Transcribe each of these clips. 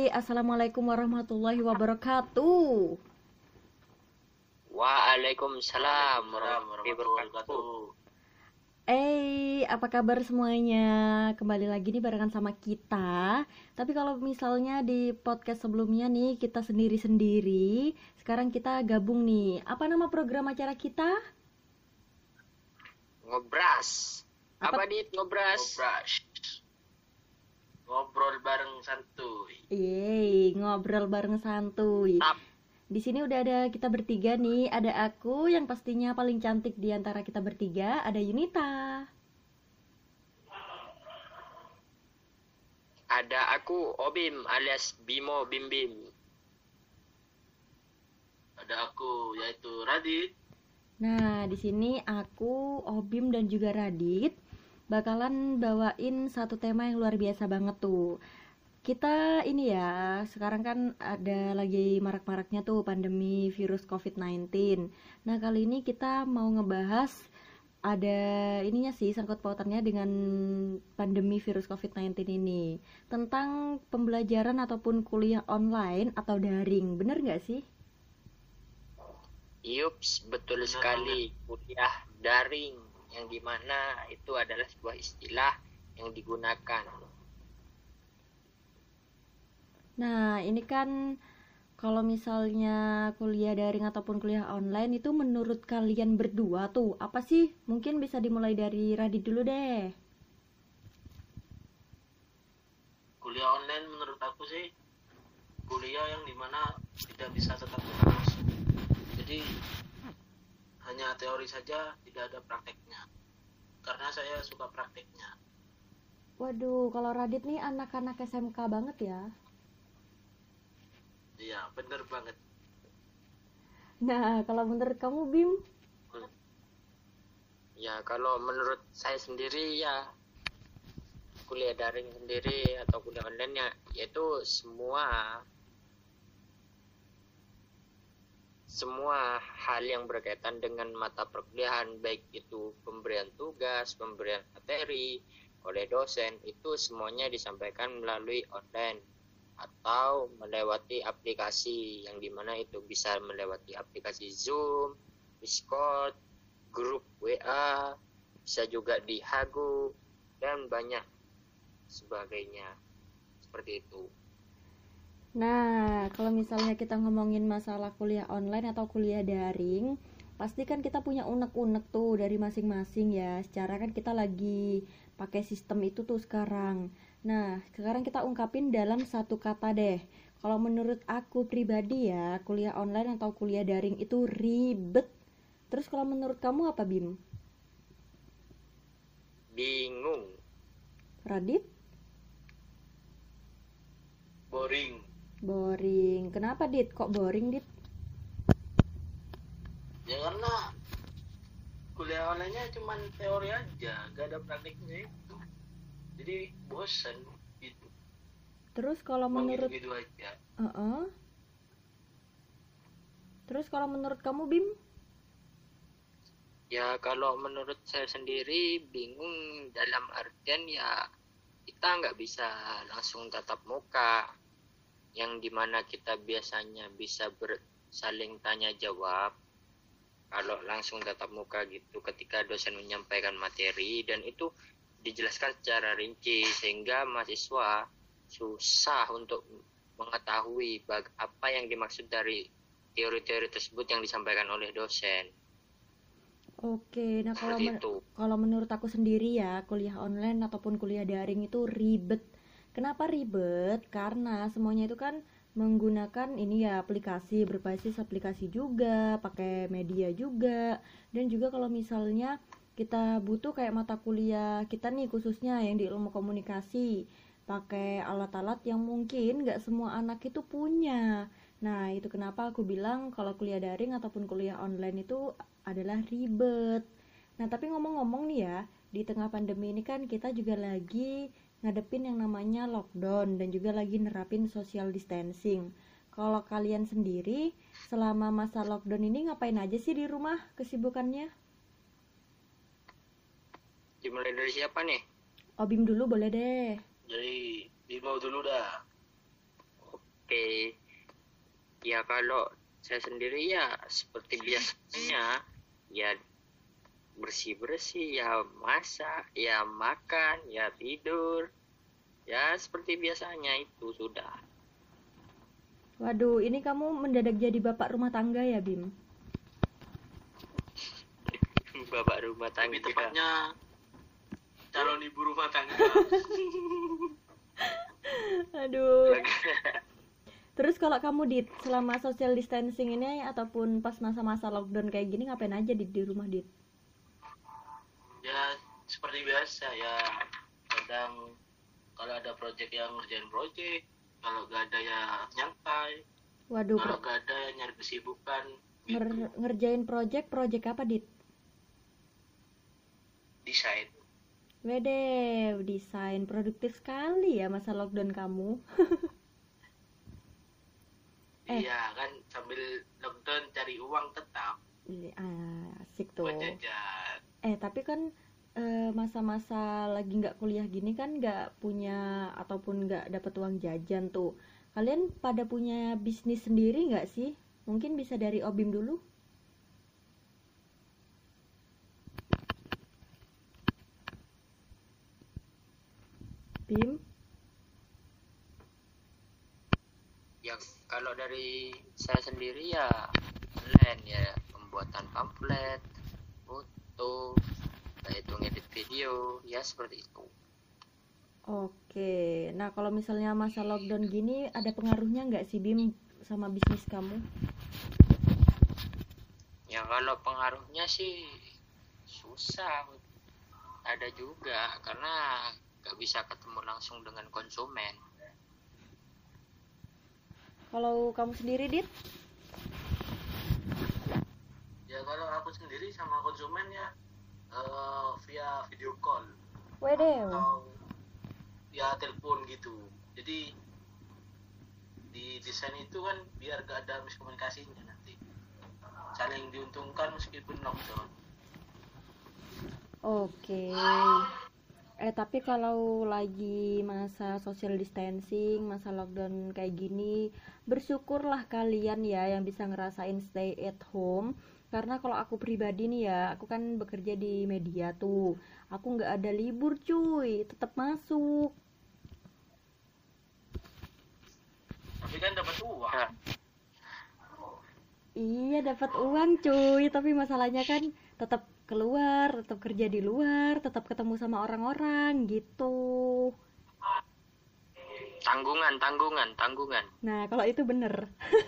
Assalamualaikum warahmatullahi wabarakatuh. Waalaikumsalam warahmatullahi wabarakatuh. Apa kabar semuanya? Kembali lagi nih barengan sama kita. Tapi kalau misalnya di podcast sebelumnya nih kita sendiri-sendiri, sekarang kita gabung nih. Apa nama program acara kita? Ngobras. Apa? Apa dit ngobras? Ngobras. Ngobrol bareng santuy. Yeay, ngobrol bareng santuy. Tap. Di sini udah ada kita bertiga nih. Ada aku yang pastinya paling cantik di antara kita bertiga. Ada Yunita. Ada aku Obim alias Bimo Bim Bim. Ada aku yaitu Radit. Nah, di sini aku, Obim dan juga Radit bakalan bawain satu tema yang luar biasa banget tuh. Kita ini ya, sekarang kan ada lagi marak-maraknya tuh pandemi virus COVID-19. Nah, kali ini kita mau ngebahas ada ininya sih sangkut pautannya dengan pandemi virus COVID-19 ini. Tentang pembelajaran ataupun kuliah online atau daring, bener nggak sih? Yups, betul Benar sekali. Kuliah daring yang dimana itu adalah sebuah istilah yang digunakan. Nah, ini kan kalau misalnya kuliah daring ataupun kuliah online itu menurut kalian berdua tuh, apa sih? Mungkin bisa dimulai dari Radit dulu deh. Kuliah online menurut aku sih kuliah yang dimana tidak bisa tetap terus. Jadi hanya teori saja, tidak ada prakteknya. Karena saya suka prakteknya. Waduh, kalau Radit nih anak-anak SMK banget ya. Iya, bener banget. Nah, kalau menurut kamu Bim? Ya, kalau menurut saya sendiri ya kuliah daring sendiri atau kuliah online ya yaitu semua hal yang berkaitan dengan mata perkuliahan, baik itu pemberian tugas, pemberian materi oleh dosen, itu semuanya disampaikan melalui online atau melewati aplikasi, yang dimana itu bisa melewati aplikasi Zoom, Discord, grup WA, bisa juga di Hago, dan banyak sebagainya seperti itu. Nah, kalau misalnya kita ngomongin masalah kuliah online atau kuliah daring, pasti kan kita punya unek-unek tuh dari masing-masing ya. Secara kan kita lagi pakai sistem itu tuh sekarang. Nah, sekarang kita ungkapin dalam satu kata deh. Kalau menurut aku pribadi ya, kuliah online atau kuliah daring itu ribet. Terus kalau menurut kamu apa, Bim? Bingung. Radit? Boring. Boring. Kenapa, Dit? Kok boring, Dit? Ya karena kuliah online-nya cuma teori aja, gak ada prakteknya itu. Jadi bosan gitu. Terus kalau Mau menurut gitu-gitu aja. Terus kalau menurut kamu, Bim? Ya kalau menurut saya sendiri bingung dalam artian ya kita nggak bisa langsung tatap muka, yang dimana kita biasanya bisa saling tanya jawab kalau langsung tatap muka gitu ketika dosen menyampaikan materi, dan itu dijelaskan secara rinci sehingga mahasiswa susah untuk mengetahui apa yang dimaksud dari teori-teori tersebut yang disampaikan oleh dosen. Oke, nah kalau Seperti itu. kalau menurut aku sendiri ya, kuliah online ataupun kuliah daring itu ribet. Kenapa ribet? Karena semuanya itu kan menggunakan ini ya aplikasi, berbasis aplikasi juga, pakai media juga. Dan juga kalau misalnya kita butuh kayak mata kuliah kita nih khususnya yang di ilmu komunikasi, pakai alat-alat yang mungkin nggak semua anak itu punya. Nah, itu kenapa aku bilang kalau kuliah daring ataupun kuliah online itu adalah ribet. Nah, tapi ngomong-ngomong nih ya, di tengah pandemi ini kan kita juga lagi ngadepin yang namanya lockdown dan juga lagi nerapin social distancing. Kalau kalian sendiri selama masa lockdown ini ngapain aja sih di rumah kesibukannya? Dimulai dari siapa nih? Obim dulu boleh deh. Jadi Bimo dulu dah. Oke, ya kalau saya sendiri ya seperti biasanya, ya bersih-bersih, ya masak, ya makan, ya tidur, ya seperti biasanya itu sudah. Waduh, ini kamu mendadak jadi bapak rumah tangga ya, Bim? Bapak rumah Tapi tangga. tepatnya calon ibu rumah tangga. Aduh. Terus kalau kamu Dit, selama social distancing ini ataupun pas masa-masa lockdown kayak gini ngapain aja di rumah Dit? Ya seperti biasa ya, kadang kalau ada project yang ngerjain project, kalau gak ada ya nyantai, Waduh, kalau gak ada ya nyari kesibukan gitu. ngerjain project apa Dit? Desain. Wede, desain produktif sekali ya masa lockdown kamu. Iya kan, sambil lockdown cari uang tetap Asik tuh. buat jajan. Tapi kan masa-masa lagi nggak kuliah gini kan nggak punya ataupun nggak dapet uang jajan tuh. Kalian pada punya bisnis sendiri nggak sih? Mungkin bisa dari Obim dulu. Bim? Ya kalau dari saya sendiri ya online ya, pembuatan pamflet, foto, kayak itu ngedit video, ya seperti itu. Oke, nah kalau misalnya masa lockdown gini ada pengaruhnya nggak sih Bim sama bisnis kamu? Ya kalau pengaruhnya sih susah, ada juga karena nggak bisa ketemu langsung dengan konsumen. Kalau kamu sendiri Dit? Ya kalau aku sendiri sama konsumen ya via video call Wede. atau ya telepon gitu. Jadi di desain itu kan biar gak ada miskomunikasinya nanti, saling diuntungkan meskipun lockdown. Oke. Tapi kalau lagi masa social distancing, masa lockdown kayak gini, bersyukurlah kalian ya yang bisa ngerasain stay at home. Karena kalau aku pribadi nih ya, aku kan bekerja di media tuh. Aku nggak ada libur cuy, tetap masuk. Tapi kan dapat uang. Nah, Iya dapat uang cuy, tapi masalahnya kan tetap keluar, tetap kerja di luar, tetap ketemu sama orang-orang gitu. tanggungan. Nah, kalau itu bener.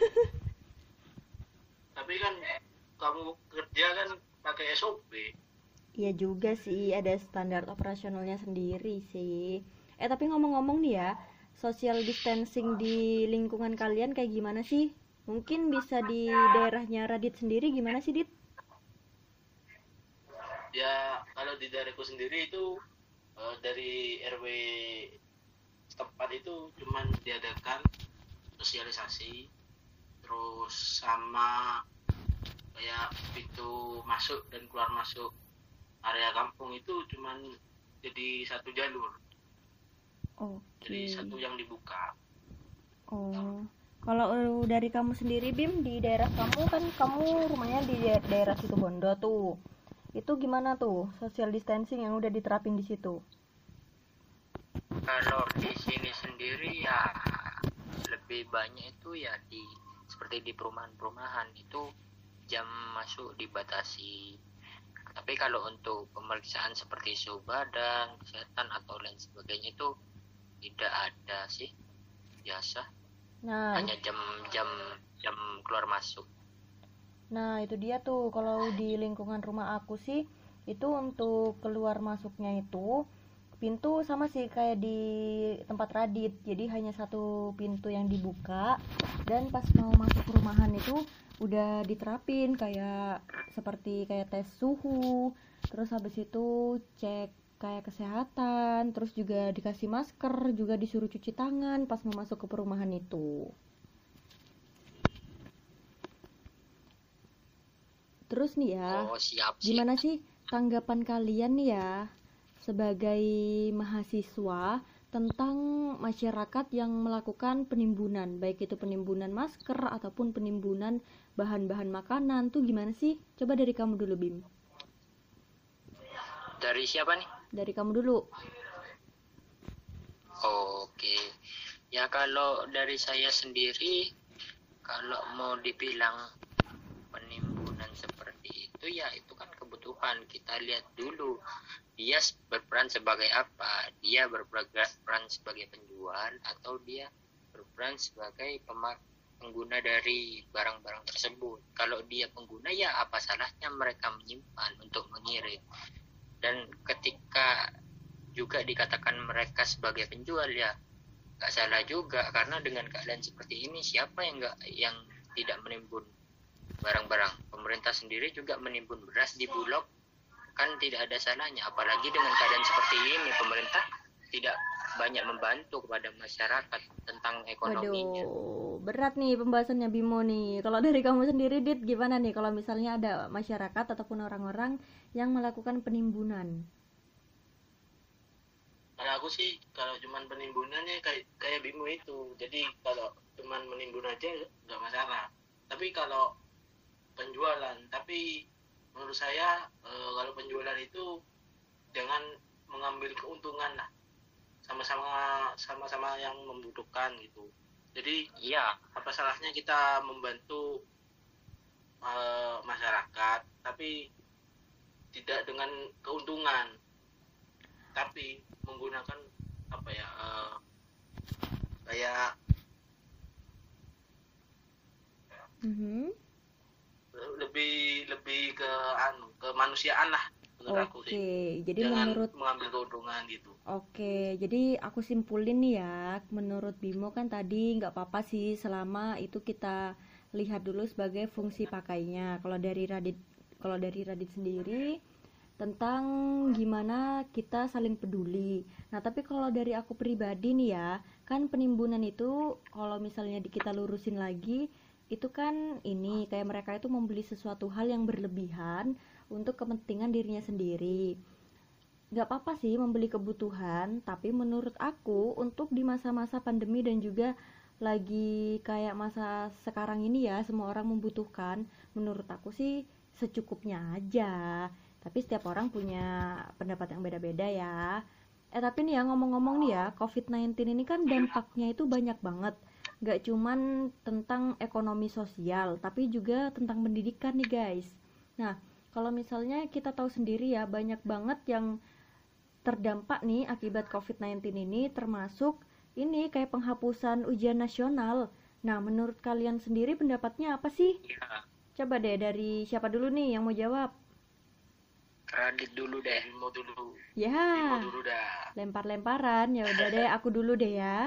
Tapi kan kamu kerja kan pakai SOP. Iya juga sih, ada standar operasionalnya sendiri sih. Tapi ngomong-ngomong nih ya, social distancing di lingkungan kalian kayak gimana sih? Mungkin bisa di daerahnya Radit sendiri gimana sih, Dit? Ya kalau di daerahku sendiri itu dari RW setempat itu cuman diadakan sosialisasi, terus sama kayak pintu masuk dan keluar masuk area kampung itu cuman jadi satu jalur, jadi Oke. satu yang dibuka. Oh. Kalau dari kamu sendiri, Bim, di daerah kamu kan kamu rumahnya di daerah Situbondo tuh. Itu gimana tuh social distancing yang udah diterapin di situ? Kalau di sini sendiri ya lebih banyak itu ya seperti di perumahan-perumahan itu jam masuk dibatasi. Tapi kalau untuk pemeriksaan seperti suhu badan, kesehatan atau lain sebagainya itu tidak ada sih, biasa. Nah, Hanya jam keluar masuk. Nah, itu dia tuh. Kalau di lingkungan rumah aku sih, itu untuk keluar masuknya itu pintu sama sih kayak di tempat Radit. Jadi hanya satu pintu yang dibuka dan pas mau masuk perumahan itu udah diterapin kayak seperti kayak tes suhu. Terus habis itu cek kayak kesehatan, terus juga dikasih masker, juga disuruh cuci tangan pas mau masuk ke perumahan itu. Terus nih ya, Oh, siap. gimana sih tanggapan kalian nih ya sebagai mahasiswa tentang masyarakat yang melakukan penimbunan, baik itu penimbunan masker ataupun penimbunan bahan-bahan makanan tuh gimana sih? Coba dari kamu dulu, Bim. Dari siapa nih? Dari kamu dulu. Oke. Ya kalau dari saya sendiri, kalau mau dibilang penimbunan seperti itu ya itu kan kebutuhan. Kita lihat dulu dia berperan sebagai apa, dia berperan sebagai penjual atau dia berperan sebagai pengguna dari barang-barang tersebut. Kalau dia pengguna ya apa salahnya mereka menyimpan untuk mengirim. Dan ketika juga dikatakan mereka sebagai penjual ya nggak salah juga, karena dengan keadaan seperti ini siapa yang tidak menimbun barang-barang. Pemerintah sendiri juga menimbun beras di Bulog, kan tidak ada salahnya. Apalagi dengan keadaan seperti ini pemerintah tidak banyak membantu kepada masyarakat tentang ekonominya. Waduh, berat nih pembahasannya Bimo nih. Kalau dari kamu sendiri, Dit, gimana nih kalau misalnya ada masyarakat ataupun orang-orang yang melakukan penimbunan? Kalau aku sih kalau cuman penimbunannya kayak Bimo itu, jadi kalau cuman menimbun aja nggak masalah. Tapi kalau penjualan, tapi menurut saya kalau penjualan itu jangan mengambil keuntungan lah, sama-sama yang membutuhkan gitu. Jadi Iya, apa salahnya kita membantu masyarakat, tapi tidak dengan keuntungan, tapi menggunakan apa ya kayak lebih ke kemanusiaan lah menurut aku sih. Oke, jadi Jangan menurut mengambil keuntungan gitu. Oke, jadi aku simpulin nih ya, menurut Bimo kan tadi nggak apa-apa sih selama itu kita lihat dulu sebagai fungsi pakainya. Kalau dari Radit sendiri tentang gimana kita saling peduli. Nah, tapi kalau dari aku pribadi nih ya, kan penimbunan itu kalau misalnya kita lurusin lagi, itu kan ini kayak mereka itu membeli sesuatu hal yang berlebihan untuk kepentingan dirinya sendiri. Gak apa-apa sih membeli kebutuhan, tapi menurut aku untuk di masa-masa pandemi dan juga lagi kayak masa sekarang ini ya, semua orang membutuhkan, menurut aku sih secukupnya aja. Tapi setiap orang punya pendapat yang beda-beda ya. Tapi nih ya, ngomong-ngomong nih ya, COVID-19 ini kan dampaknya itu banyak banget. Gak cuman tentang ekonomi sosial, tapi juga tentang pendidikan nih guys. Nah, kalau misalnya kita tahu sendiri ya, banyak banget yang terdampak nih akibat COVID-19 ini, termasuk ini kayak penghapusan ujian nasional. Nah, menurut kalian sendiri pendapatnya apa sih? iya. Coba deh dari siapa dulu nih yang mau jawab? Radit dulu deh. Bimo dulu Ya, dah. lempar-lemparan. Ya udah deh, aku dulu deh ya.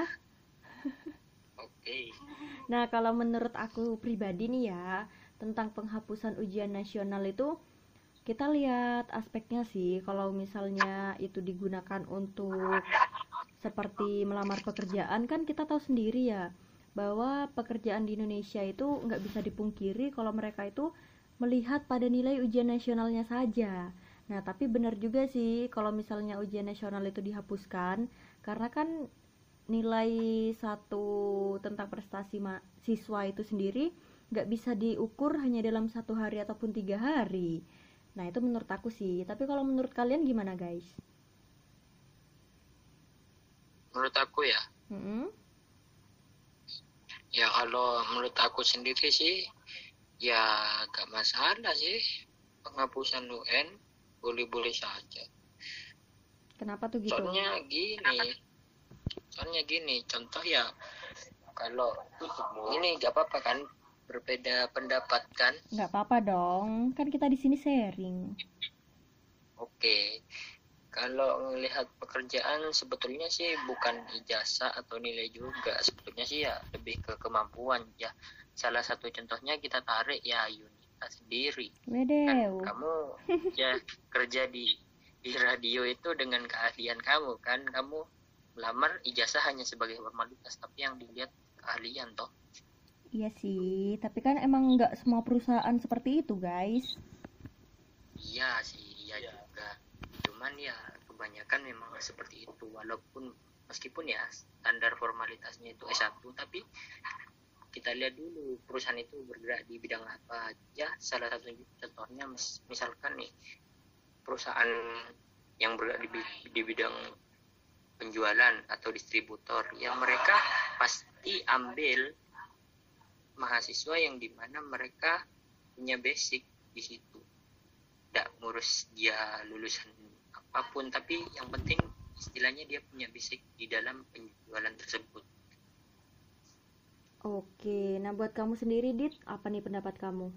Oke. Nah, kalau menurut aku pribadi nih ya, tentang penghapusan ujian nasional itu kita lihat aspeknya sih. Kalau misalnya itu digunakan untuk seperti melamar pekerjaan, kan kita tahu sendiri ya bahwa pekerjaan di Indonesia itu nggak bisa dipungkiri kalau mereka itu melihat pada nilai ujian nasionalnya saja. Nah, tapi benar juga sih kalau misalnya ujian nasional itu dihapuskan, karena kan nilai satu tentang prestasi siswa itu sendiri nggak bisa diukur hanya dalam 1 hari ataupun 3 hari. Nah, itu menurut aku sih. Tapi kalau menurut kalian gimana guys? Menurut aku ya, Mm-mm. ya kalau menurut aku sendiri sih, ya gak masalah sih penghapusan UN, boleh-boleh saja. Kenapa tuh gitu? Soalnya gini, contoh ya, kalau ini gak apa-apa kan, berbeda pendapat kan? Nggak apa-apa dong, kan kita di sini sharing. Oke. Kalau melihat pekerjaan sebetulnya sih bukan ijazah atau nilai juga, sebetulnya sih ya lebih ke kemampuan ya. Salah satu contohnya kita tarik ya Yunita sendiri. Kan Wedew. kamu ya kerja di radio itu dengan keahlian kamu kan, kamu melamar ijazah hanya sebagai formalitas, tapi yang dilihat keahlian toh. Iya sih, tapi kan emang nggak semua perusahaan seperti itu guys. Iya sih, iya juga. Cuman ya kebanyakan memang seperti itu, walaupun meskipun ya standar formalitasnya itu S1, tapi kita lihat dulu perusahaan itu bergerak di bidang apa. Ya salah satu contohnya misalkan nih perusahaan yang bergerak di bidang penjualan atau distributor, yang mereka pasti ambil mahasiswa yang dimana mereka punya basic di situ, tidak ngurus dia lulusan apapun, tapi yang penting istilahnya dia punya basic di dalam penjualan tersebut. Oke, nah buat kamu sendiri Dit, apa nih pendapat kamu?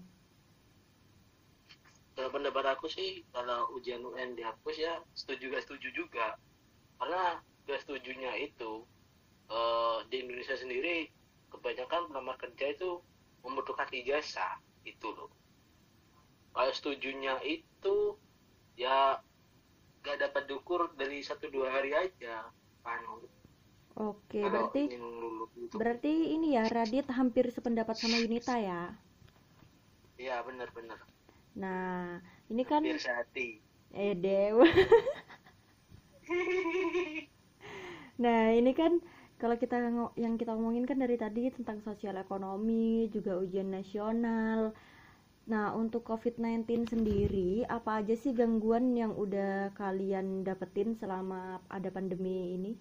Kalau pendapat aku sih, kalau ujian UN dihapus ya setuju gak setuju juga. Karena gak setujunya itu di Indonesia sendiri kebanyakan pelamar kerja itu membutuhkan ijazah itu loh. Kalau setujunya itu ya gak dapat diukur dari 1-2 hari aja kan. Oke, Kalau berarti ingin lulus gitu. berarti ini ya Radit hampir sependapat sama Yunita ya. Iya benar-benar. Nah, ini kan Hampir sehati. Dew. Nah, ini kan kalau yang kita ngomongin kan dari tadi tentang sosial ekonomi, juga ujian nasional. Nah, untuk COVID-19 sendiri, apa aja sih gangguan yang udah kalian dapetin selama ada pandemi ini?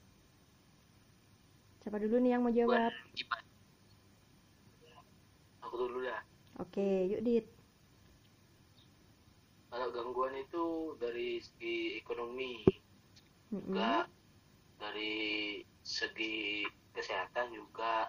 Siapa dulu nih yang mau jawab? Gimana? Aku dulu ya. Oke, yuk Dit. Kalau gangguan itu dari segi ekonomi, Mm-mm. juga dari segi kesehatan juga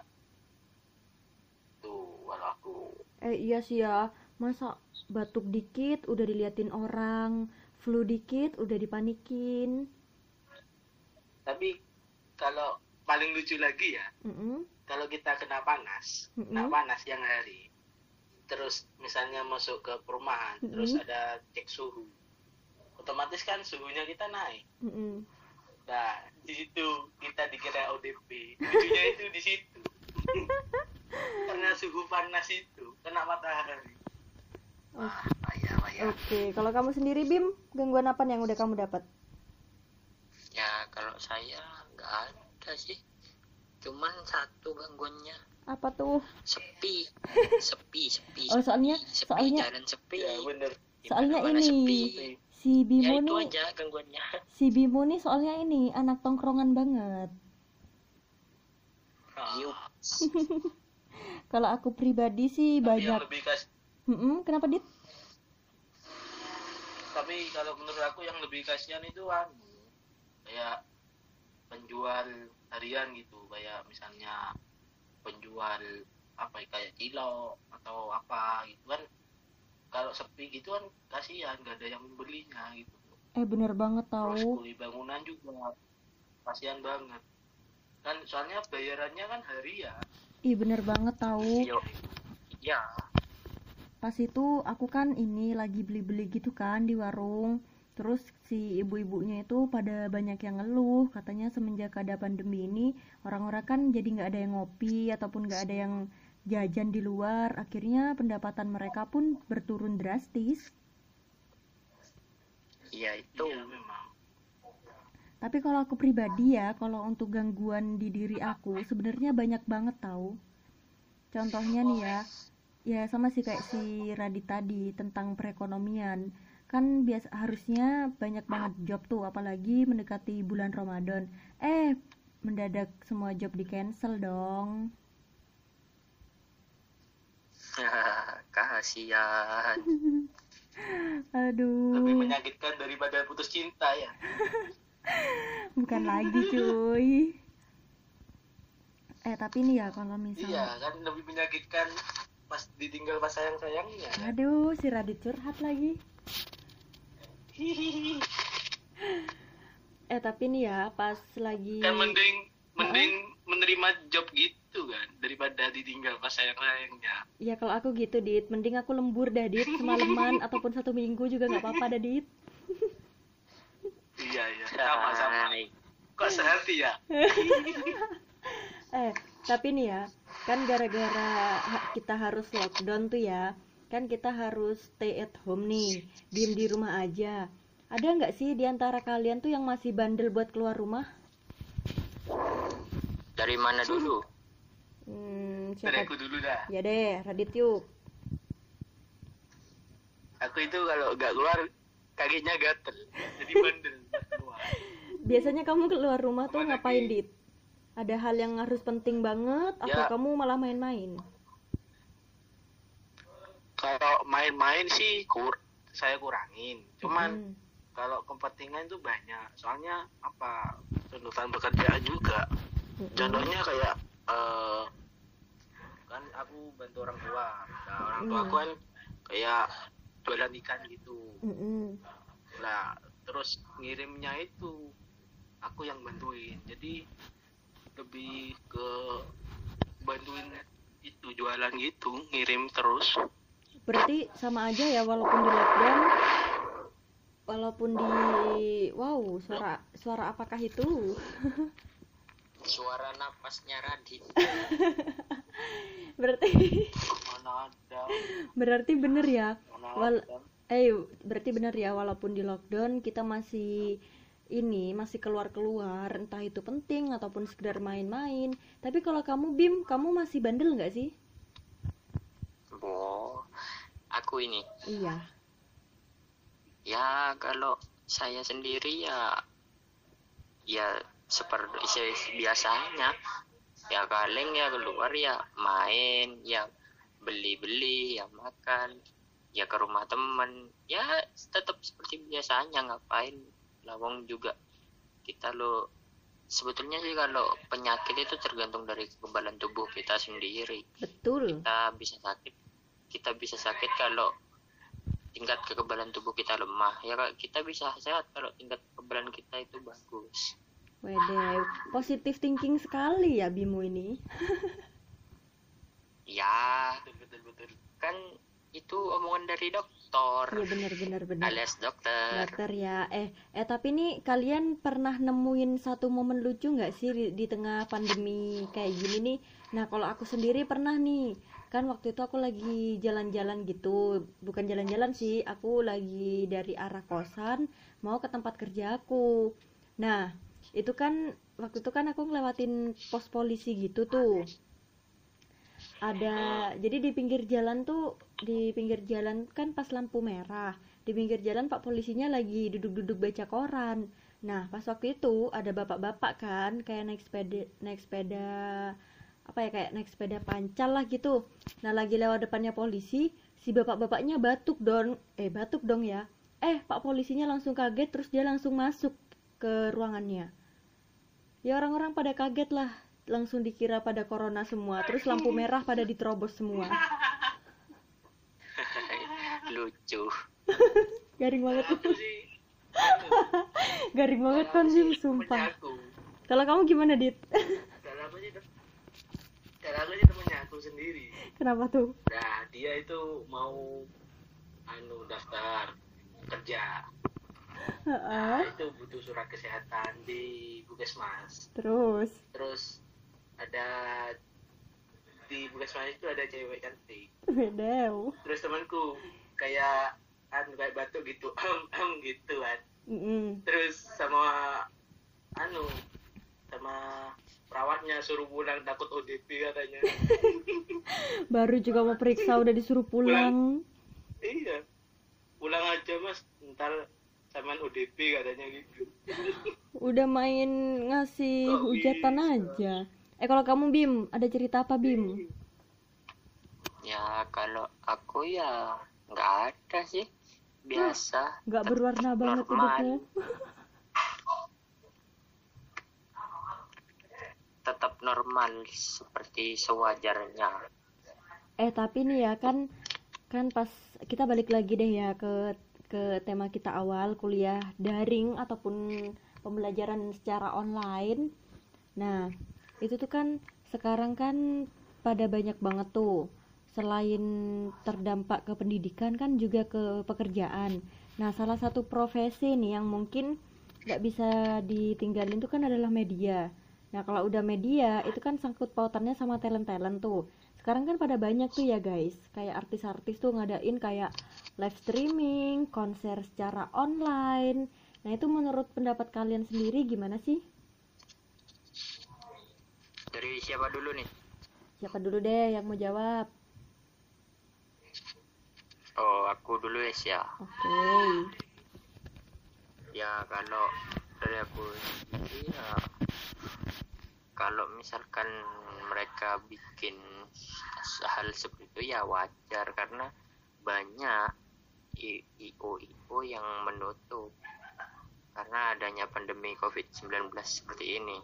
tuh kalau aku. Iya sih ya, masa batuk dikit udah diliatin orang, flu dikit udah dipanikin. Tapi kalau paling lucu lagi ya, Mm-mm. kalau kita kena panas siang hari, terus misalnya masuk ke perumahan, terus ada cek suhu, otomatis kan suhunya kita naik. Mm-mm. Nah, di situ kita dikira ODP. Lucunya itu di situ. Karena suhu panas itu kena matahari. Wah, payah. Oke, kalau kamu sendiri Bim, gangguan apa nih yang udah kamu dapat? Ya kalau saya nggak ada sih, cuman satu gangguannya, Apa tuh? sepi. Oh, soalnya Jalan sepi. Ya bener. soalnya Dimana-mana sepi. ini si Ya Bimo itu nih, aja gangguannya. si Bimo nih soalnya ini anak tongkrongan banget. Yuk. Kalau aku pribadi sih Tapi yang banyak. lebih Kenapa Dit? tapi kalau menurut aku yang lebih kasihan itu kayak penjual harian gitu, kayak misalnya penjual apa ya, kayak cilok atau apa gitu kan. Kalau sepi gitu kan kasihan, nggak ada yang membelinya gitu. Bener banget Terus tahu. kuli bangunan juga kasihan banget kan, soalnya bayarannya kan harian. Ih, bener banget tahu. Yuk. Ya. Pas itu aku kan ini lagi beli-beli gitu kan di warung. Terus si ibu-ibunya itu pada banyak yang ngeluh, katanya semenjak ada pandemi ini orang-orang kan jadi nggak ada yang ngopi ataupun nggak ada yang jajan di luar. Akhirnya pendapatan mereka pun berturun drastis. Iya itu. Iya memang. Tapi kalau aku pribadi ya, kalau untuk gangguan di diri aku sebenarnya banyak banget tahu. Contohnya nih ya sama sih kayak si Radit tadi tentang perekonomian. Kan harusnya banyak banget job tuh, apalagi mendekati bulan Ramadan. Mendadak semua job di cancel dong. Kasihan. Aduh, Lebih menyakitkan daripada putus cinta ya. bukan lagi cuy. Tapi nih ya kalau Iya misalnya, kan, lebih menyakitkan pas ditinggal pas sayang-sayangnya. aduh si Radit curhat lagi. Tapi nih ya pas lagi Kan mending menerima job gitu kan daripada ditinggal pas sayang-sayangnya. ya kalau aku gitu Dit, mending aku lembur dah Dit, semalaman ataupun 1 minggu juga nggak apa-apa dah Dit. Iya sama-sama. Kok sehati ya? Tapi nih ya, kan gara-gara kita harus lockdown tuh ya, kan kita harus stay at home nih, diem di rumah aja. Ada nggak sih di antara kalian tuh yang masih bandel buat keluar rumah? Dari mana dulu? Dari Siapa? aku dulu dah. Ya deh, Radit yuk. Aku itu kalau nggak keluar kakinya gatel, jadi bandel keluar. Biasanya kamu keluar rumah tuh Apalagi- ngapain, Dit? Ada hal yang harus penting banget atau Ya. kamu malah main-main? Kalau main-main sih saya kurangin. Cuman Mm-mm. kalau kepentingan itu banyak. Soalnya apa? Tuntutan pekerjaan juga. Mm-mm. Contohnya kayak kan aku bantu orang tua. Nah, orang tua aku kan kayak jualan ikan gitu. Mm-mm. Nah, terus ngirimnya itu aku yang bantuin. Jadi lebih ke bantuin itu jualan gitu, ngirim terus. Berarti sama aja ya, walaupun di lockdown, walaupun di wow, suara apakah itu? Suara napasnya Radit. Berarti Mana ada, berarti bener ya. mana Wal- ada. berarti bener ya, walaupun di lockdown kita masih keluar-keluar, entah itu penting ataupun sekedar main-main. Tapi kalau kamu Bim, kamu masih bandel nggak sih? Oh, aku ini. Iya. Ya kalau saya sendiri ya seperti biasanya. Ya paling ya keluar ya main, ya beli-beli, ya makan, ya ke rumah teman. Ya tetap seperti biasanya, ngapain lawang juga kita lo. Sebetulnya sih kalau penyakit itu tergantung dari kekebalan tubuh kita sendiri. Betul. Kita bisa sakit kalau tingkat kekebalan tubuh kita lemah. Ya kita bisa sehat kalau tingkat kekebalan kita itu bagus. Wede, positive thinking sekali ya Bimu ini. Ya Betul. kan itu omongan dari dokter, Iya benar. alias dokter. Dokter ya. Tapi nih kalian pernah nemuin satu momen lucu nggak sih di tengah pandemi kayak gini nih? Nah kalau aku sendiri pernah nih. Kan waktu itu aku lagi jalan-jalan gitu. Bukan jalan-jalan sih, aku lagi dari arah kosan mau ke tempat kerja aku. Nah itu kan waktu itu kan aku ngelewatin pos polisi gitu tuh. Jadi di pinggir jalan kan pas lampu merah, di pinggir jalan pak polisinya lagi duduk-duduk baca koran. Nah pas waktu itu ada bapak-bapak kan kayak naik sepeda apa ya, kayak naik sepeda pancal lah gitu. Nah lagi lewat depannya polisi, si bapak-bapaknya batuk dong ya. Pak polisinya langsung kaget, terus dia langsung masuk ke ruangannya. Ya orang-orang pada kaget lah, langsung dikira pada corona semua, terus lampu merah pada diterobos semua. Lucu. Garing banget. Aku sih Garing banget kan Bim, sumpah. Kalau kamu gimana Dit? Kalau aku sih temennya aku sendiri. Kenapa tuh? Nah, dia itu mau daftar kerja. Nah, itu butuh surat kesehatan di Puskesmas. Terus ada di Puskesmas itu ada cewek cantik. Bedew. Terus temanku kayak kayak batuk gitu, gitu kan. Terus sama perawatnya suruh pulang, takut ODP katanya. Baru juga mau periksa udah disuruh pulang. Iya, pulang aja mas, ntar samaan ODP katanya gitu. Udah main ngasih Kok hujatan bisa? aja. Kalau kamu Bim, ada cerita apa Bim? Ya kalau aku ya nggak ada sih, biasa. Nggak berwarna banget normal. hidupmu. Tetap normal seperti sewajarnya. Tapi nih ya kan pas kita balik lagi deh ya ke tema kita awal, kuliah daring ataupun pembelajaran secara online. Nah itu tuh kan sekarang kan pada banyak banget tuh, selain terdampak ke pendidikan kan juga ke pekerjaan. Nah salah satu profesi nih yang mungkin nggak bisa ditinggalin tuh kan adalah media. Nah kalau udah media itu kan sangkut pautannya sama talent tuh. Sekarang kan pada banyak tuh ya guys, kayak artis-artis tuh ngadain kayak live streaming, konser secara online. Nah itu menurut pendapat kalian sendiri gimana sih? Dari siapa dulu nih? Siapa dulu deh yang mau jawab? Oh, aku dulu ya. Oke. Ya kalau dari aku sendiri ya, kalau misalkan mereka bikin hal seperti itu ya wajar, karena banyak IO yang menutup karena adanya pandemi COVID-19 seperti ini.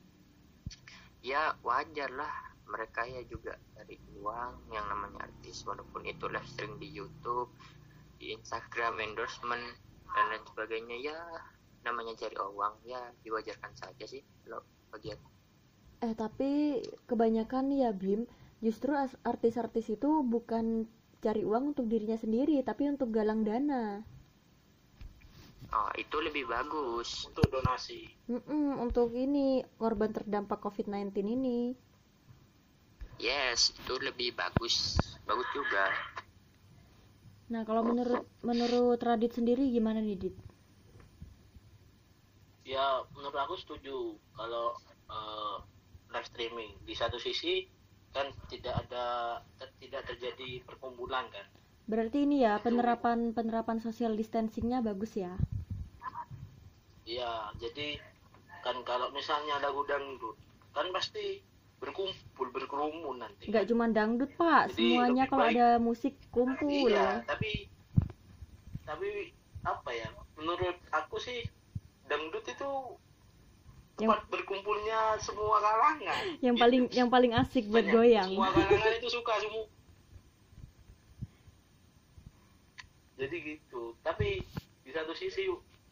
Ya wajar lah, mereka ya juga cari uang, yang namanya artis, walaupun itu live stream di YouTube, di Instagram, endorsement dan lain sebagainya, ya namanya cari uang, ya diwajarkan saja sih kalau bagi aku. Tapi kebanyakan ya Bim, justru artis-artis itu bukan cari uang untuk dirinya sendiri, tapi untuk galang dana. Oh, itu lebih bagus. Untuk donasi. Untuk ini korban terdampak COVID-19 ini. Yes, itu lebih bagus juga. Nah, kalau menurut Radit sendiri gimana nih, Dit? Ya menurut aku setuju kalau live streaming. Di satu sisi kan tidak terjadi perkumpulan kan. Berarti ini ya penerapan social distancingnya bagus ya? Iya, jadi kan kalau misalnya lagu dangdut kan pasti berkerumun nanti. Nggak cuma dangdut Pak, Jadi semuanya kalau baik, ada musik kumpul. iya, tapi apa ya? Menurut aku sih dangdut itu tempat berkumpulnya semua kalangan. Yang paling asik buat Banyak, goyang. semua kalangan itu suka semua. Jadi gitu. Tapi di satu sisi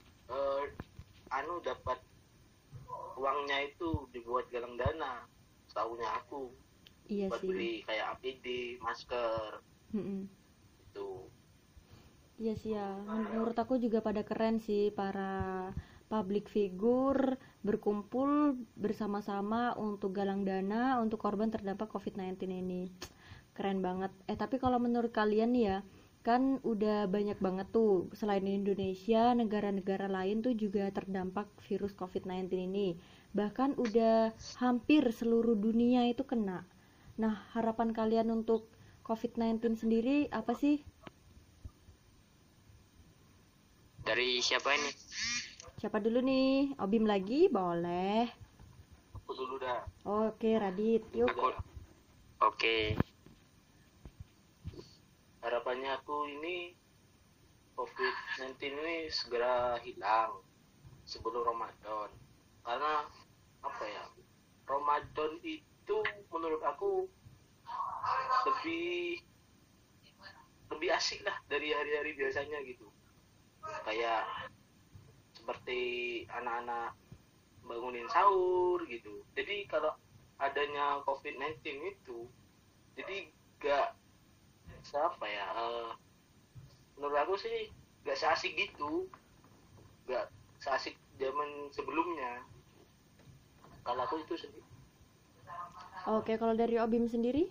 dapat uangnya itu dibuat galang dana, setahunya aku. Iya buat sih. beli kayak APD, masker itu. Iya sih ya. Menurut aku juga pada keren sih para public figure berkumpul bersama-sama untuk galang dana untuk korban terdampak COVID-19 ini. Keren banget. Tapi kalau menurut kalian nih ya, kan udah banyak banget tuh selain Indonesia, negara-negara lain tuh juga terdampak virus COVID-19 ini. Bahkan udah hampir seluruh dunia itu kena. Nah, harapan kalian untuk COVID-19 sendiri apa sih? Dari siapa ini? Siapa dulu nih? Obim lagi? Boleh. Aku dulu dah. Oke, Radit. Yuk. Oke. Harapannya aku ini COVID-19 ini segera hilang sebelum Ramadan. Karena apa ya? Ramadan itu menurut aku lebih asik lah dari hari-hari biasanya gitu. Kayak seperti anak-anak bangunin sahur gitu. Jadi kalau adanya COVID-19 itu, jadi gak siapa ya, menurut aku sih gak seasik gitu, gak seasik zaman sebelumnya. Kalau aku itu sendiri. Oke, kalau dari Obim sendiri?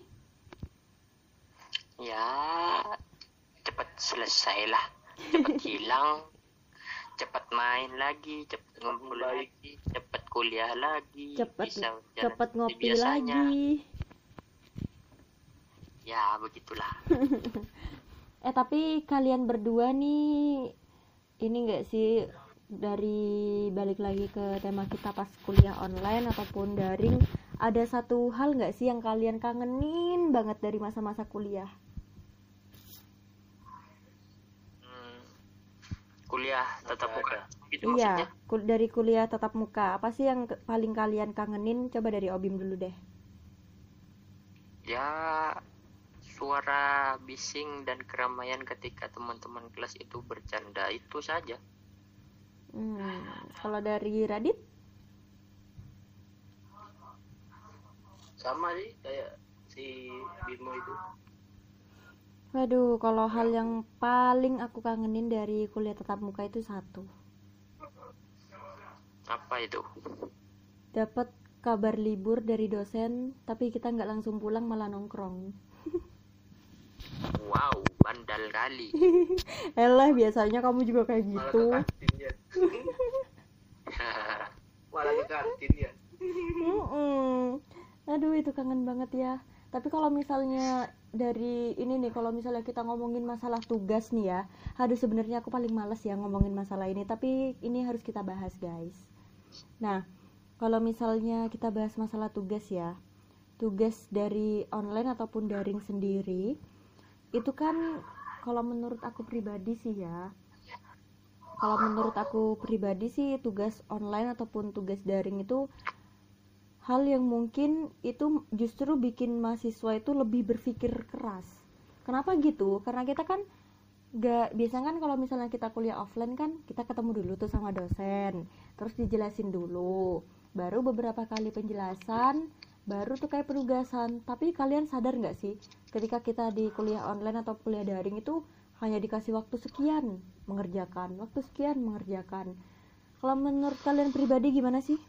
Ya cepat selesai lah, cepat hilang, cepat main lagi, cepat ngumpul lagi, cepat kuliah lagi, cepat ngopi biasanya. lagi. Ya begitulah. Tapi kalian berdua nih, ini enggak sih, dari balik lagi ke tema kita pas kuliah online ataupun daring, ada satu hal enggak sih yang kalian kangenin banget dari masa-masa kuliah? Kuliah tatap muka. Itu Iya, maksudnya? dari kuliah tatap muka. Apa sih yang paling kalian kangenin? Coba dari Obim dulu deh. Ya suara bising dan keramaian ketika teman-teman kelas itu bercanda, itu saja. Kalau dari Radit? Sama sih kayak si Bimo itu. Waduh, kalau hal yang paling aku kangenin dari kuliah tatap muka itu satu. Apa itu? Dapat kabar libur dari dosen, tapi kita nggak langsung pulang, malah nongkrong. Wow, bandal kali. Elah, biasanya kamu juga kayak gitu. Malah ke kantin ya. Malah ke kantin ya. Aduh, itu kangen banget ya. Tapi kalau misalnya dari ini nih, kalau misalnya kita ngomongin masalah tugas nih ya, aduh sebenarnya aku paling males ya ngomongin masalah ini, tapi ini harus kita bahas guys. Nah, kalau misalnya kita bahas masalah tugas ya, tugas dari online ataupun daring sendiri, itu kan kalau menurut aku pribadi sih ya, kalau menurut aku pribadi sih tugas online ataupun tugas daring itu hal yang mungkin itu justru bikin mahasiswa itu lebih berpikir keras. Kenapa gitu? Karena kita kan gak biasa kan, kalau misalnya kita kuliah offline kan kita ketemu dulu tuh sama dosen, terus dijelasin dulu, baru beberapa kali penjelasan, baru tuh kayak penugasan. Tapi kalian sadar gak sih, ketika kita di kuliah online atau kuliah daring itu hanya dikasih waktu sekian mengerjakan, waktu sekian mengerjakan. Kalau menurut kalian pribadi gimana sih?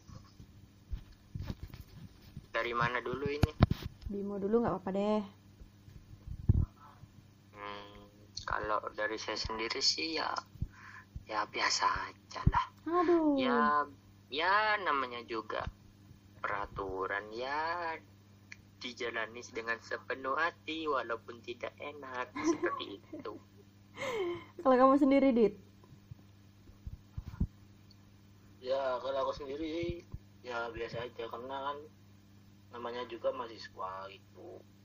Dari mana dulu ini? Bimo dulu nggak apa-apa deh. Kalau dari saya sendiri sih ya biasa aja lah. Aduh. Ya namanya juga peraturan, ya dijalani dengan sepenuh hati walaupun tidak enak seperti itu. Kalau kamu sendiri, Dit? Ya kalau aku sendiri ya biasa aja, karena kan namanya juga mahasiswa itu.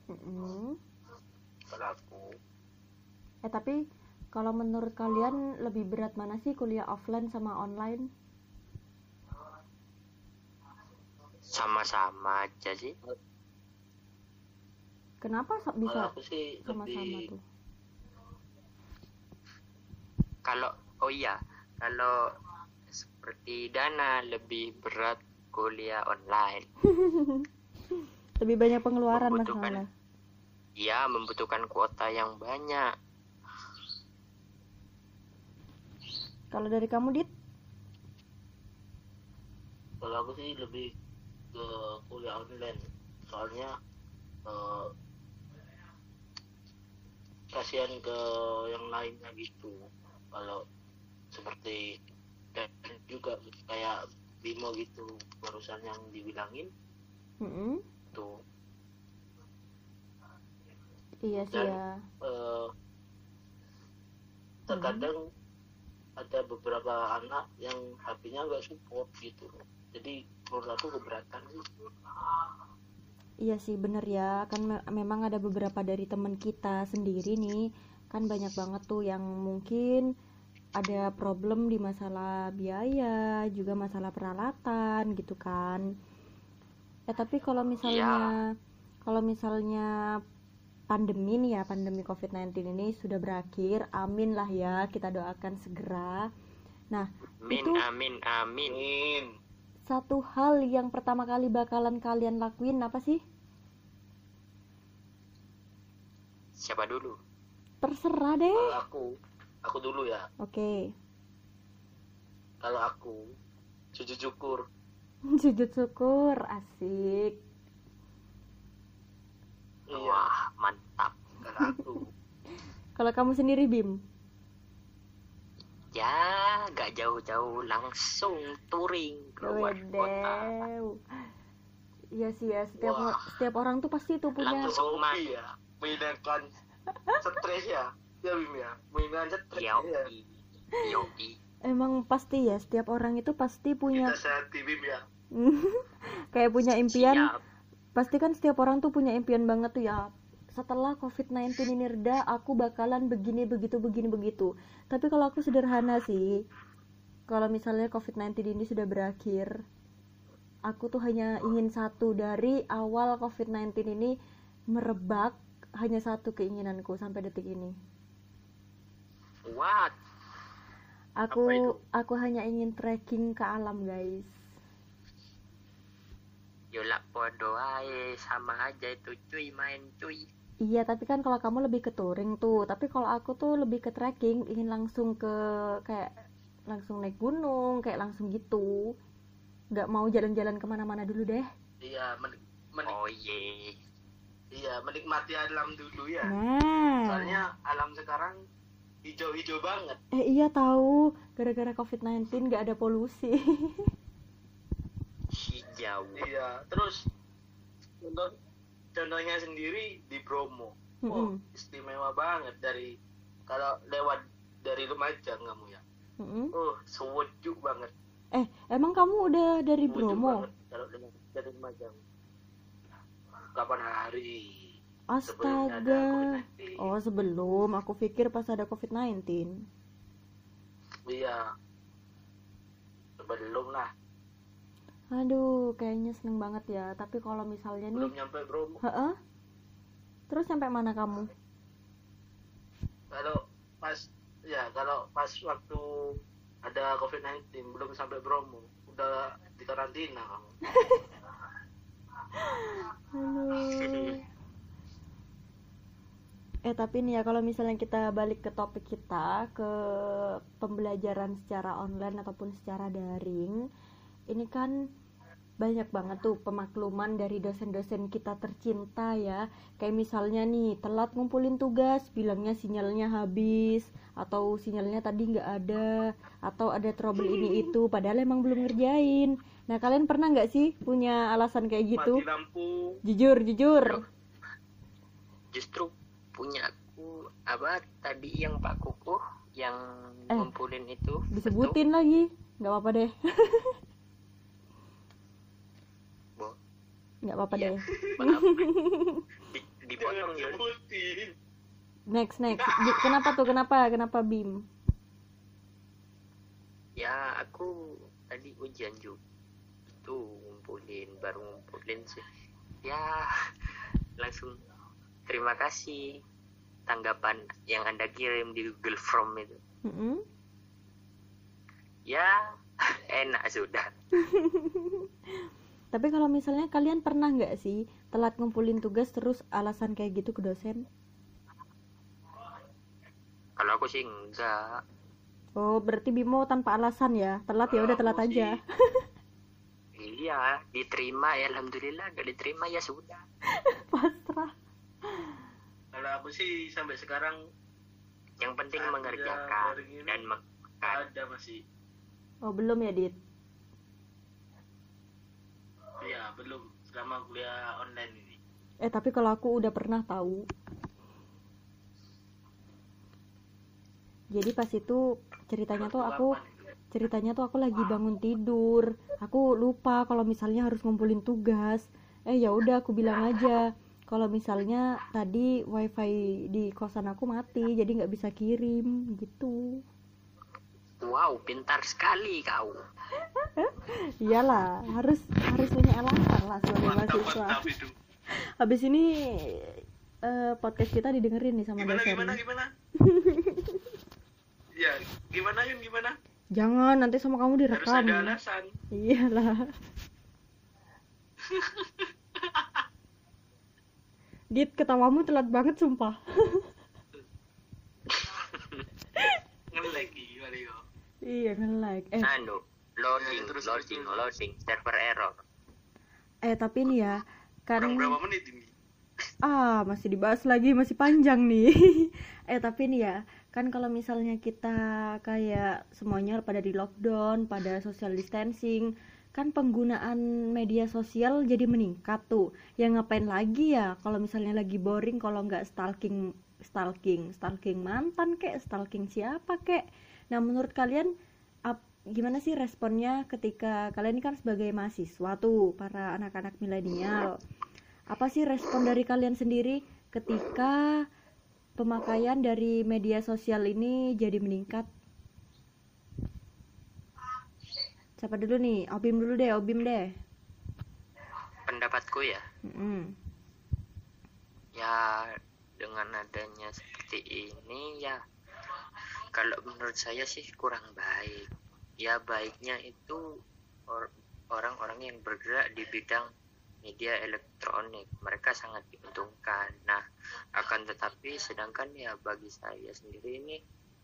Kalau aku. Tapi kalau menurut kalian lebih berat mana sih, kuliah offline sama online? Sama-sama aja sih. Kenapa Kalau bisa aku sih sama-sama lebih tuh? Kalau seperti Dana lebih berat kuliah online. Lebih banyak pengeluaran Membutuhkan- masalah. Ya, membutuhkan kuota yang banyak. Kalau dari kamu, Dit? kalau aku sih lebih ke kuliah online, soalnya kasihan ke yang lainnya gitu. Kalau seperti dan juga kayak Bimo gitu barusan yang dibilangin tuh. Iya sih Dan ya. Terkadang ada beberapa anak yang HP-nya nggak support gitu, jadi menurut aku keberatan sih. Iya sih, bener ya. Kan memang ada beberapa dari teman kita sendiri nih, kan banyak banget tuh yang mungkin ada problem di masalah biaya, juga masalah peralatan gitu kan. Tapi kalau misalnya pandemi nih ya, pandemi COVID-19 ini sudah berakhir, amin lah ya, kita doakan segera. Nah, itu Amin. satu hal yang pertama kali bakalan kalian lakuin apa sih? Siapa dulu? Terserah deh. Kalau aku dulu ya. Oke. Kalau aku sujud syukur. Sujud syukur, asik. Iya. Wah, mantap. Kalau aku Kalau kamu sendiri, Bim? Ya, gak jauh-jauh, langsung touring keluar kota. Wedew. Iya sih ya, Wah. setiap orang tuh pasti tuh punya. Langsung hobi ya, menghilangkan stres ya Bim ya, menghilangkan stres ya. Yoi. Emang pasti ya, setiap orang itu pasti punya Kita sehati Bim ya. kayak punya impian. Siap. Pasti kan setiap orang tuh punya impian banget tuh ya. Setelah COVID-19 ini reda, aku bakalan begini begitu. Tapi kalau aku sederhana sih. Kalau misalnya COVID-19 ini sudah berakhir, aku tuh hanya ingin satu, dari awal COVID-19 ini merebak, hanya satu keinginanku sampai detik ini. What? Apa itu? Aku hanya ingin trekking ke alam, guys. Yola podo ae, sama aja itu cuy, main cuy. Iya, tapi kan kalau kamu lebih ke touring tuh. Tapi kalau aku tuh lebih ke trekking, ingin langsung kayak langsung naik gunung, kayak langsung gitu. Nggak mau jalan-jalan kemana-mana dulu deh. Iya, Oh ye. iya, menikmati alam dulu ya. Nah, Soalnya alam sekarang hijau-hijau banget. iya tahu, gara-gara COVID-19 nggak ada polusi. Hijau. Iya, terus contohnya sendiri di Bromo. Mm-mm. Istimewa banget kalau lewat dari Lumajang kamu ya. Mm-mm. Sejuk banget. Emang kamu udah dari Sejuk Bromo? banget kalau dari Lumajang. Kapan hari? Sebelumnya ada Astaga. COVID-19. Oh, sebelum. Aku pikir pas ada COVID-19. Iya. Sebelum lah. Aduh, kayaknya seneng banget ya. Tapi kalau misalnya nih, Belum nyampe Bromo. heeh. Terus sampai mana kamu? Kalau pas waktu ada COVID-19 belum sampai Bromo, udah di karantina kamu. Aduh. Tapi nih ya, kalau misalnya kita balik ke topik kita, ke pembelajaran secara online ataupun secara daring, ini kan banyak banget tuh pemakluman dari dosen-dosen kita tercinta ya. Kayak misalnya nih, telat ngumpulin tugas, bilangnya sinyalnya habis, atau sinyalnya tadi nggak ada, atau ada trouble ini itu, padahal emang belum ngerjain. Nah, kalian pernah nggak sih punya alasan kayak gitu? Mati lampu. Jujur. Justru punya aku tadi yang Pak Kukuh yang ngumpulin itu Disebutin lagi, nggak apa-apa deh. Nggak apa-apa Iya. deh. Maaf. Dipotong ya. Sebutin. Next. Kenapa Bim? Ya aku tadi ujian juga tuh baru ngumpulin sih. Ya langsung terima kasih tanggapan yang Anda kirim di Google Form itu. Mm-mm. Ya enak sudah. Tapi kalau misalnya kalian pernah nggak sih telat ngumpulin tugas terus alasan kayak gitu ke dosen? Kalau aku sih enggak. Oh, berarti Bimo tanpa alasan ya? Telat ya udah telat aja. Iya, diterima ya alhamdulillah, nggak diterima ya sudah. Pasrah. Kalau aku sih sampai sekarang Yang penting Ada, mengerjakan dari ini. dan ada masih. Oh, belum ya, Dit? Ya belum selama kuliah online ini. Tapi kalau aku udah pernah tahu. Jadi pas itu ceritanya tuh aku lagi bangun tidur. Aku lupa kalau misalnya harus ngumpulin tugas. Ya udah aku bilang aja kalau misalnya tadi wifi di kosan aku mati, jadi nggak bisa kirim gitu. Wow, pintar sekali kau. Iyalah, harus punya alasan lah sebagai mahasiswa. Mantap itu. Habis ini podcast kita didengerin nih sama dosen. Gimana? Ya, gimana? Jangan, nanti sama kamu Harus direkam. ada alasan. Iyalah. Dit, ketawamu telat banget sumpah. Nge-like Mario. Iya, nge-like. Loading, server error. Tapi nih ya, kan Kurang berapa menit ini? masih dibahas lagi, masih panjang nih. Tapi nih ya, kan kalau misalnya kita kayak semuanya pada di lockdown, pada social distancing, kan penggunaan media sosial jadi meningkat tuh. Ya ngapain lagi ya kalau misalnya lagi boring kalau nggak stalking mantan kek, stalking siapa kek. Nah, menurut kalian gimana sih responnya ketika kalian ini kan sebagai mahasiswa tuh, para anak-anak milenial? Apa sih respon dari kalian sendiri ketika pemakaian dari media sosial ini jadi meningkat? Siapa dulu nih? Obim deh. Pendapatku ya, Mm-mm. ya dengan adanya seperti ini ya, kalau menurut saya sih kurang baik. Ya baiknya itu orang-orang yang bergerak di bidang media elektronik, mereka sangat diuntungkan. Nah, akan tetapi sedangkan ya bagi saya sendiri ini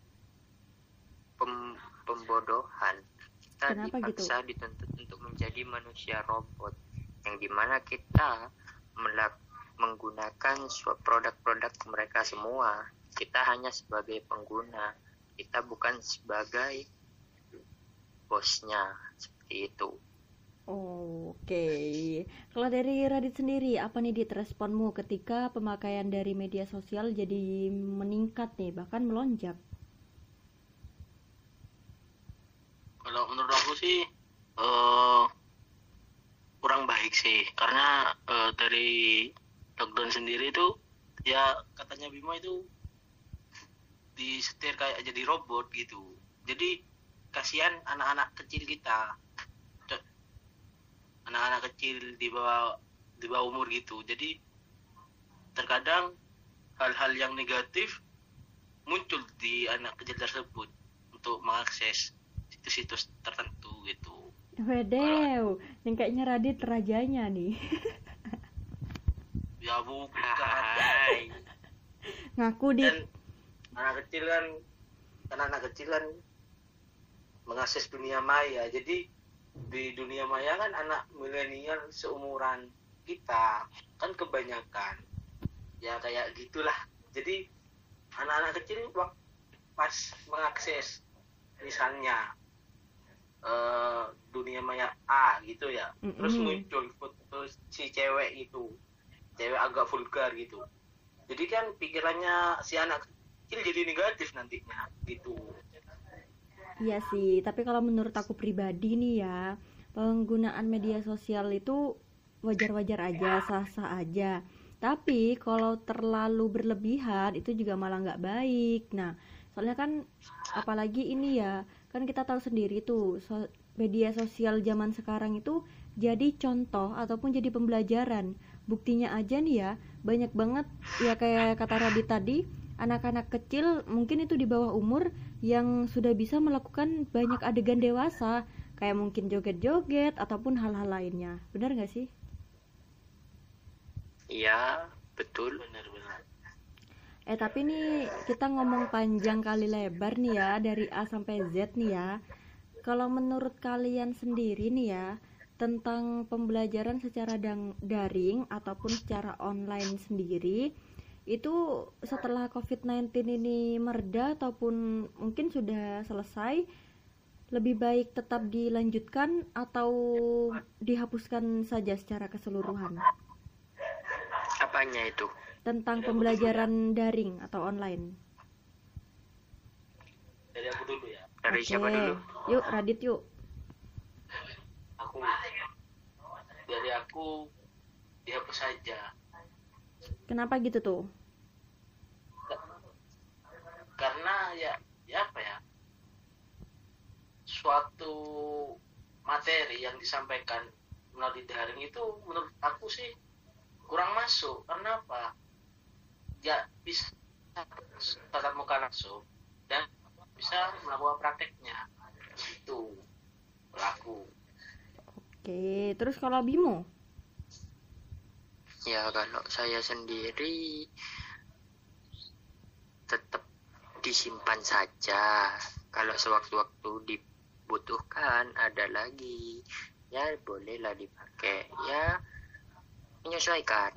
pembodohan. Kita Kenapa dipaksa dituntut untuk menjadi manusia robot, yang dimana kita menggunakan produk-produk mereka semua. Kita hanya sebagai pengguna, kita bukan sebagai bosnya, seperti itu. Oke. Kalau dari Radit sendiri, apa nih Dit responmu ketika pemakaian dari media sosial jadi meningkat nih, bahkan melonjak? Kalau menurut aku sih eh, kurang baik sih, karena dari lockdown sendiri itu ya katanya Bima itu disetir kayak jadi robot gitu. Jadi kasihan anak-anak kecil kita, anak-anak kecil di bawah umur gitu. Jadi terkadang hal-hal yang negatif muncul di anak kecil tersebut untuk mengakses situs-situs tertentu gitu. Wedew, yang kayaknya Radit rajanya nih. Ya bukan. Hai. Ngaku Dit. Dan anak kecil kan mengakses dunia maya. Jadi di dunia maya kan anak milenial seumuran kita kan kebanyakan ya kayak gitulah. Jadi anak-anak kecil pas mengakses misalnya dunia maya A gitu ya, terus muncul foto si cewek itu, cewek agak vulgar gitu. Jadi kan pikirannya si anak kecil jadi negatif nantinya gitu. Iya sih, tapi kalau menurut aku pribadi nih ya, penggunaan media sosial itu wajar-wajar aja, sah-sah aja. Tapi kalau terlalu berlebihan itu juga malah nggak baik. Nah, soalnya kan apalagi ini ya, kan kita tahu sendiri tuh media sosial zaman sekarang itu jadi contoh ataupun jadi pembelajaran. Buktinya aja nih ya, banyak banget ya kayak kata Radit tadi, anak-anak kecil mungkin itu di bawah umur yang sudah bisa melakukan banyak adegan dewasa, kayak mungkin joget-joget ataupun hal-hal lainnya. Benar nggak sih? Iya, betul. Benar-benar. Tapi nih kita ngomong panjang kali lebar nih ya, dari A sampai Z nih ya. Kalau menurut kalian sendiri nih ya, tentang pembelajaran secara daring ataupun secara online sendiri, itu setelah COVID-19 ini mereda ataupun mungkin sudah selesai, lebih baik tetap dilanjutkan atau dihapuskan saja secara keseluruhan? Apanya itu? Tentang pembelajaran daring atau online. Dari aku dulu ya. Dari siapa dulu? Yuk Radit yuk. Dari aku dihapus saja. Kenapa gitu tuh? Karena ya apa ya, suatu materi yang disampaikan melalui daring itu menurut aku sih kurang masuk. Karena apa? Ya bisa tatap muka langsung dan bisa melakukan prakteknya itu berlaku. Oke, terus kalau Bimo? Ya kalau saya sendiri tetap disimpan saja. Kalau sewaktu-waktu dibutuhkan ada lagi, ya bolehlah dipakai. Ya menyesuaikan.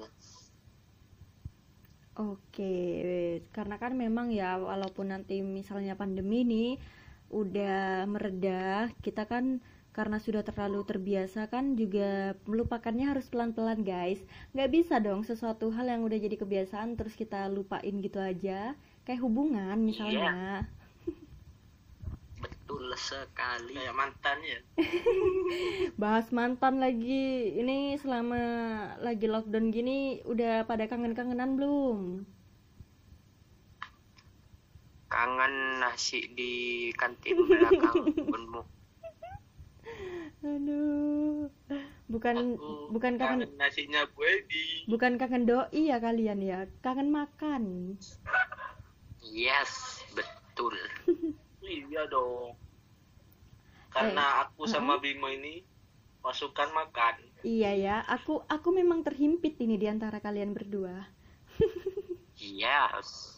Oke, karena kan memang ya walaupun nanti misalnya pandemi ini udah mereda, kita kan karena sudah terlalu terbiasa kan juga melupakannya harus pelan-pelan guys. Nggak bisa dong sesuatu hal yang udah jadi kebiasaan terus kita lupain gitu aja. Kayak hubungan misalnya. Betul sekali. Kayak mantan ya. Bahas mantan lagi. Ini selama lagi lockdown gini udah pada kangen-kangenan belum? Kangen nasi di kantin belakang bunmu. Aduh. Bukan kangen nasinya Bu Edi. bukan kangen doi ya kalian ya. Kangen makan. Yes, betul. Iya dong. Karena aku sama Bimo ini pasukan makan. Iya ya, aku memang terhimpit ini di antara kalian berdua. Yes.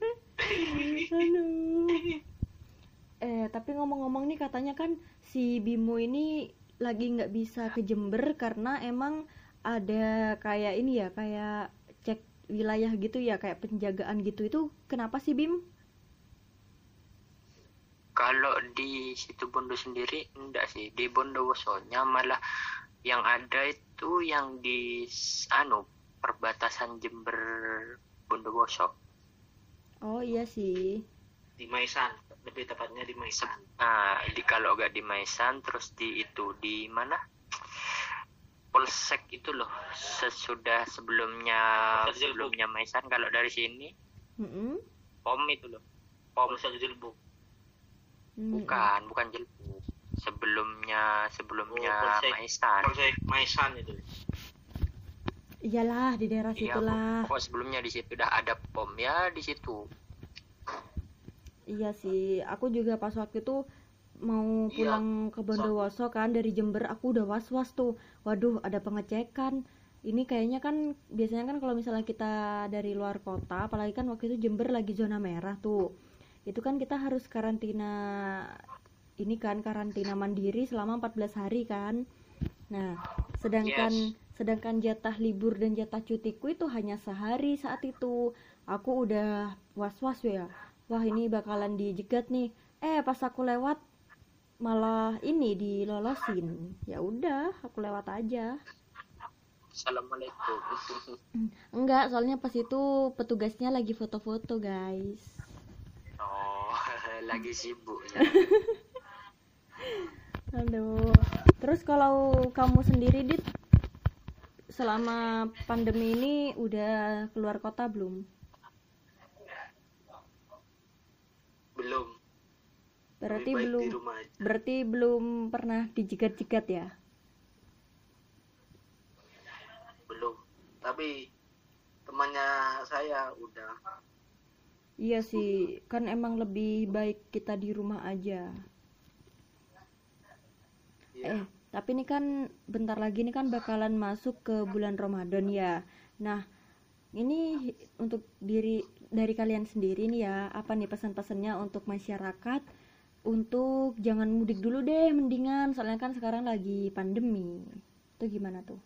Aduh. Tapi ngomong-ngomong nih katanya kan si Bimo ini lagi nggak bisa ke Jember karena emang ada kayak ini ya, kayak cek wilayah gitu ya, kayak penjagaan gitu. Itu kenapa sih Bim? Kalau di situ Bondo sendiri enggak sih, di Bondowosonya malah yang ada itu yang di perbatasan Jember Bondowoso. Oh iya sih. Di Maisan, lebih tepatnya di Maisan. Nah, kalau nggak di Maisan, terus di mana? Polsek itu loh, sebelumnya Maisan. Kalau dari sini POM itu loh, Polsek Jelbuk. bukan Jelbuk, sebelumnya Polsek Maisan itu. Iyalah di daerah situlah. Pokok sebelumnya di situ udah ada POM ya di situ. Iya sih, aku juga pas waktu itu mau pulang ke Bondowoso kan dari Jember, aku udah was-was tuh. Waduh, ada pengecekan. Ini kayaknya kan biasanya kan kalau misalnya kita dari luar kota, apalagi kan waktu itu Jember lagi zona merah tuh. Itu kan kita harus karantina mandiri selama 14 hari kan. Nah, sedangkan jatah libur dan jatah cutiku itu hanya sehari saat itu. Aku udah was-was ya. Wah, ini bakalan dijegat nih. Pas aku lewat malah ini dilolosin. Ya udah, aku lewat aja. Assalamualaikum. Enggak, soalnya pas itu petugasnya lagi foto-foto, guys. Oh, lagi sibuk ya. Aduh. Terus kalau kamu sendiri, Dit, selama pandemi ini udah keluar kota belum? Belum. Berarti belum pernah dijegat-jegat ya? Belum. Tapi temannya saya udah. Iya sih, kan emang lebih baik kita di rumah aja. Ya. Tapi ini kan bentar lagi nih kan bakalan masuk ke bulan Ramadan ya. Nah, ini untuk dari kalian sendiri nih ya, apa nih pesan-pesannya untuk masyarakat untuk jangan mudik dulu deh mendingan, soalnya kan sekarang lagi pandemi. Itu gimana tuh?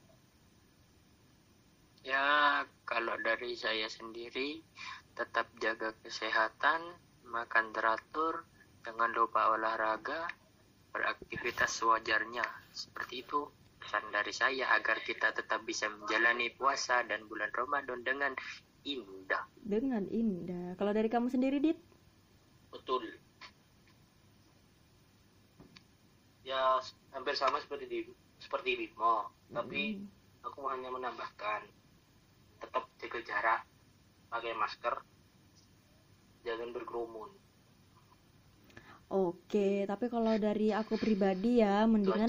Ya, kalau dari saya sendiri tetap jaga kesehatan, makan teratur, jangan lupa olahraga, beraktivitas sewajarnya. Seperti itu pesan dari saya agar kita tetap bisa menjalani puasa dan bulan Ramadan dengan indah. Kalau dari kamu sendiri, Dit? Betul. Ya, hampir sama seperti Bimo, tapi aku hanya menambahkan tetap jaga jarak, pakai masker, jangan berkerumun. Oke, tapi kalau dari aku pribadi ya,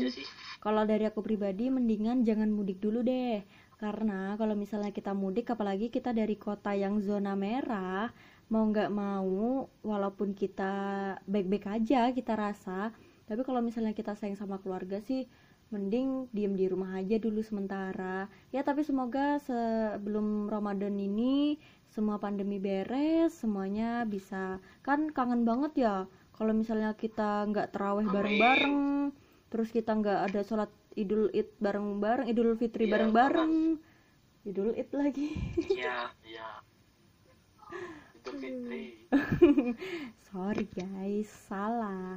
mendingan jangan mudik dulu deh. Karena kalau misalnya kita mudik, apalagi kita dari kota yang zona merah, mau nggak mau, walaupun kita baik-baik aja kita rasa, tapi kalau misalnya kita sayang sama keluarga sih, mending diem di rumah aja dulu sementara. Ya, tapi semoga sebelum Ramadan ini semua pandemi beres, semuanya bisa. Kan kangen banget ya kalau misalnya kita nggak terawih bareng-bareng, terus kita nggak ada sholat Idul Id bareng-bareng, Idul Fitri bareng-bareng, Idul Id lagi. Iya. Idul Fitri. Sorry guys, salah.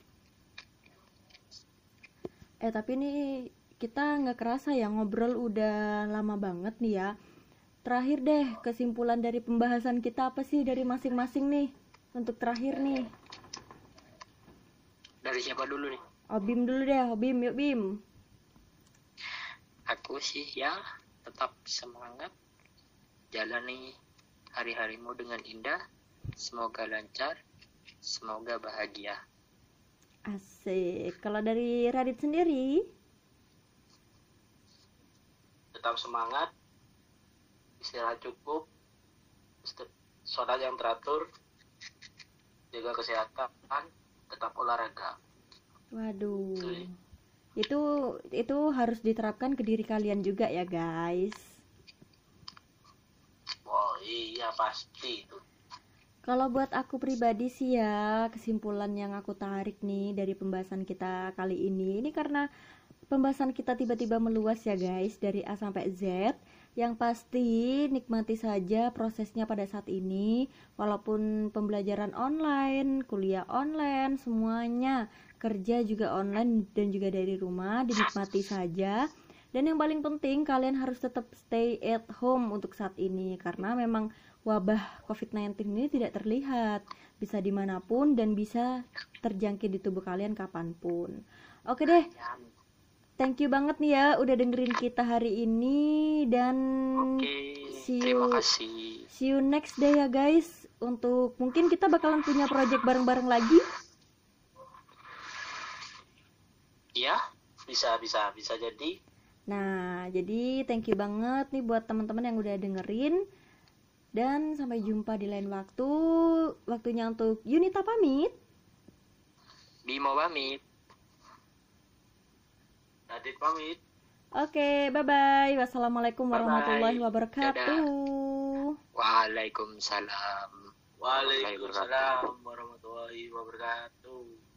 Tapi ini kita nggak kerasa ya ngobrol udah lama banget nih ya. Terakhir deh, kesimpulan dari pembahasan kita apa sih dari masing-masing nih? Untuk terakhir nih. Dari siapa dulu nih? Bim dulu deh, Bim, yuk Bim. Aku sih ya tetap semangat, jalani hari-harimu dengan indah, semoga lancar, semoga bahagia. Asik. Kalau dari Radit sendiri? Tetap semangat, istirahat cukup, sholat yang teratur, jaga kesehatan, tetap olahraga. Waduh. Itu harus diterapkan ke diri kalian juga ya, guys. Oh iya, pasti itu. Kalau buat aku pribadi sih ya, kesimpulan yang aku tarik nih dari pembahasan kita kali ini karena pembahasan kita tiba-tiba meluas ya guys, dari A sampai Z. Yang pasti nikmati saja prosesnya pada saat ini, walaupun pembelajaran online, kuliah online, semuanya, kerja juga online dan juga dari rumah, dinikmati saja. Dan yang paling penting kalian harus tetap stay at home untuk saat ini, karena memang wabah COVID-19 ini tidak terlihat, bisa dimanapun dan bisa terjangkit di tubuh kalian kapanpun. Oke deh, thank you banget nih ya udah dengerin kita hari ini, dan Oke, see terima you kasih. see you next day ya guys. Untuk mungkin kita bakalan punya project bareng-bareng lagi. Ya, bisa jadi. Nah, jadi thank you banget nih buat teman-teman yang udah dengerin. Dan sampai jumpa di lain waktu. Waktunya untuk Yunita pamit. Bimo pamit. Nadit pamit. Oke, bye-bye. Wassalamualaikum Bye-bye. warahmatullahi wabarakatuh. Waalaikumsalam. Waalaikumsalam warahmatullahi wabarakatuh.